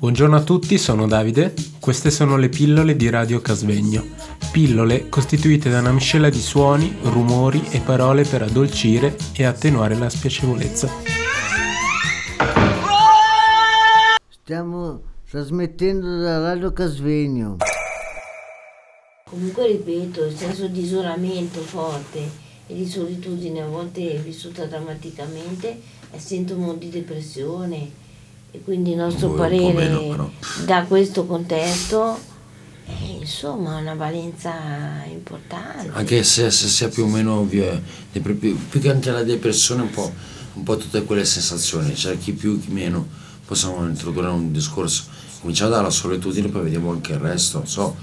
Buongiorno a tutti, sono Davide. Queste sono le pillole di Radio Casvegno. Pillole costituite da una miscela di suoni, rumori e parole per addolcire e attenuare la spiacevolezza. Stiamo trasmettendo da Radio Casvegno. Comunque ripeto, il senso di isolamento forte e di solitudine a volte vissuta drammaticamente è sintomo di depressione e quindi il nostro parere da questo contesto è insomma una valenza importante. Anche se sia più o meno più che anche la depressione un po' tutte quelle sensazioni, cioè chi più chi meno possiamo introdurre un discorso, cominciamo dalla solitudine, poi vediamo anche il resto,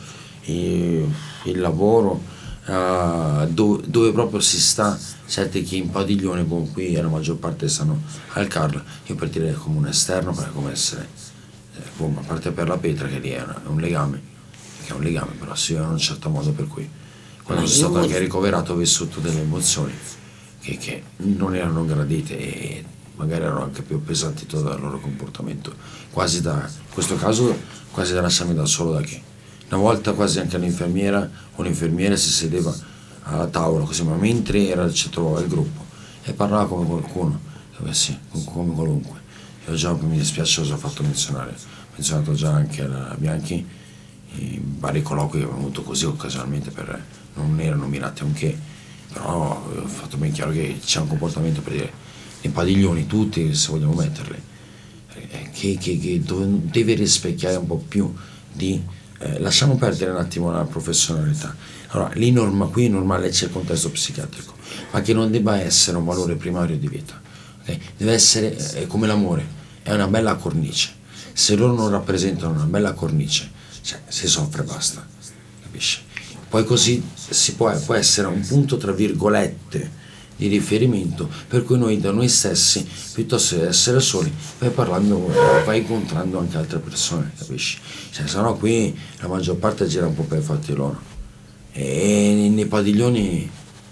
il lavoro, dove proprio si sta, certi che in padiglione, qui la maggior parte stanno al Carla, io per dire come un esterno, perché come essere, a parte per la Petra che lì è un legame, però si vive in un certo modo, per cui quando sono stato anche ricoverato ho vissuto delle emozioni che non erano gradite e magari erano anche più pesanti dal loro comportamento, in questo caso quasi da lasciarmi da solo, da che una volta quasi anche l'infermiera o l'infermiere si sedeva a tavola così, ma mentre ci trovava il gruppo e parlava come qualcuno, come qualunque. Io già mi dispiace cosa ho fatto menzionato già anche a Bianchi in vari colloqui che abbiamo avuto così occasionalmente, non erano mirati a un che, però ho fatto ben chiaro che c'è un comportamento, per dire, nei padiglioni tutti, se vogliamo metterli, che deve rispecchiare un po' più di lasciamo perdere un attimo la professionalità. Allora, qui è normale, c'è il contesto psichiatrico, ma che non debba essere un valore primario di vita, okay? Deve essere come l'amore, è una bella cornice. Se loro non rappresentano una bella cornice, si soffre e basta, capisci? Poi così può essere un punto tra virgolette di riferimento, per cui noi da noi stessi, piuttosto che essere soli, vai incontrando anche altre persone, capisci? Se no qui la maggior parte gira un po' per i fatti loro, e nei padiglioni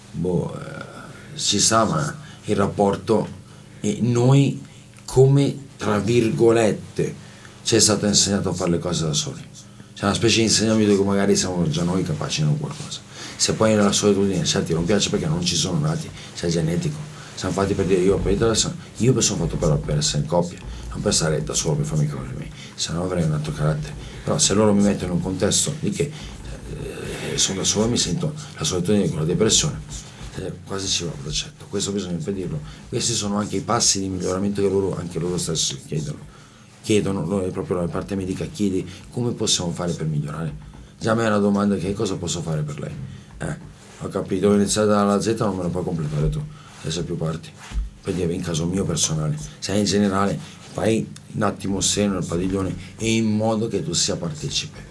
ci sta, ma il rapporto, e noi come tra virgolette ci è stato insegnato a fare le cose da soli, c'è una specie di insegnamento che magari siamo già noi capaci di qualcosa. Se poi nella solitudine certi non piace perché non ci sono nati, c'è genetico, siamo fatti per dire io sono fatto per essere in coppia, non per stare da solo, per farmi i cavoli miei, se no avrei un altro carattere. Però se loro mi mettono in un contesto di che sono da solo, mi sento la solitudine con la depressione, quasi ci va a braccetto. Questo bisogna impedirlo. Questi sono anche i passi di miglioramento che anche loro stessi chiedono, proprio la parte medica chiede come possiamo fare per migliorare. Già a me è una domanda: che cosa posso fare per lei? Ho capito, ho iniziato dalla Z, non me la puoi completare tu, se più parti. Per dire, in caso mio personale, se in generale fai un attimo seno nel padiglione e in modo che tu sia partecipe.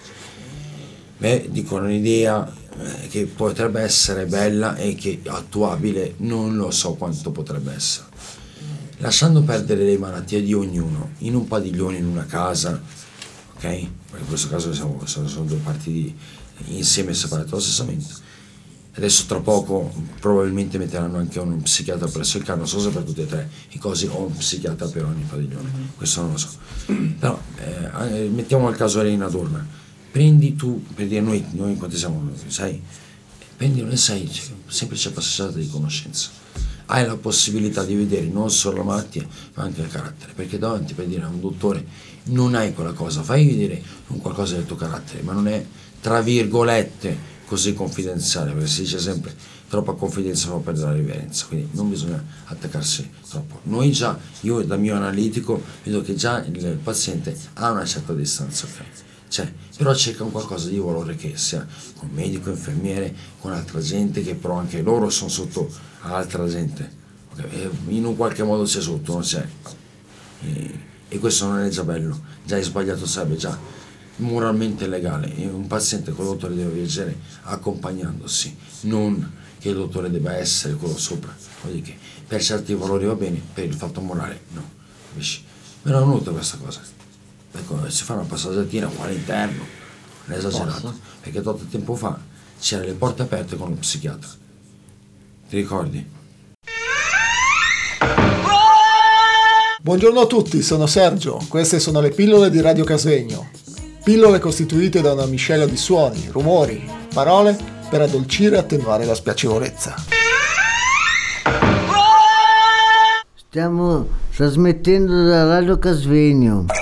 Dico un'idea che potrebbe essere bella e che attuabile, non lo so quanto potrebbe essere. Lasciando perdere le malattie di ognuno, in un padiglione, in una casa, ok? In questo caso sono due parti insieme separate allo stesso momento. Adesso tra poco probabilmente metteranno anche un psichiatra presso il Carlo, non so se per tutte e tre i cosi ho un psichiatra per ogni padiglione, questo non lo so. Però mettiamo il caso Elena Dorna, prendi tu, per dire noi quanti siamo, sai, prendi un semplice passeggiata di conoscenza, hai la possibilità di vedere non solo la malattia ma anche il carattere, perché davanti, per dire, a un dottore non hai quella cosa, fai vedere un qualcosa del tuo carattere, ma non è tra virgolette così confidenziale, perché si dice sempre troppa confidenza fa perdere la riverenza, quindi non bisogna attaccarsi troppo. Io dal mio analitico vedo che già il paziente ha una certa distanza, ok? Però cerca un qualcosa di valore, che sia con medico, infermiere, con altra gente, che però anche loro sono sotto a altra gente, okay? In un qualche modo c'è sotto, non c'è, e questo non è già bello, già è sbagliato, sarebbe già moralmente legale, e un paziente con il dottore deve viaggiare accompagnandosi, non che il dottore debba essere quello sopra, che per certi valori va bene, per il fatto morale no, capisci? Me l'hanno venuta questa cosa, ecco, si fa una passeggiatina qua all'interno, non è esagerato, perché tanto tempo fa c'erano le porte aperte con lo psichiatra, ti ricordi? Buongiorno a tutti, sono Sergio, queste sono le pillole di Radio Casvegno. Pillole costituite da una miscela di suoni, rumori, parole per addolcire e attenuare la spiacevolezza. Stiamo trasmettendo da Radio Casvegno.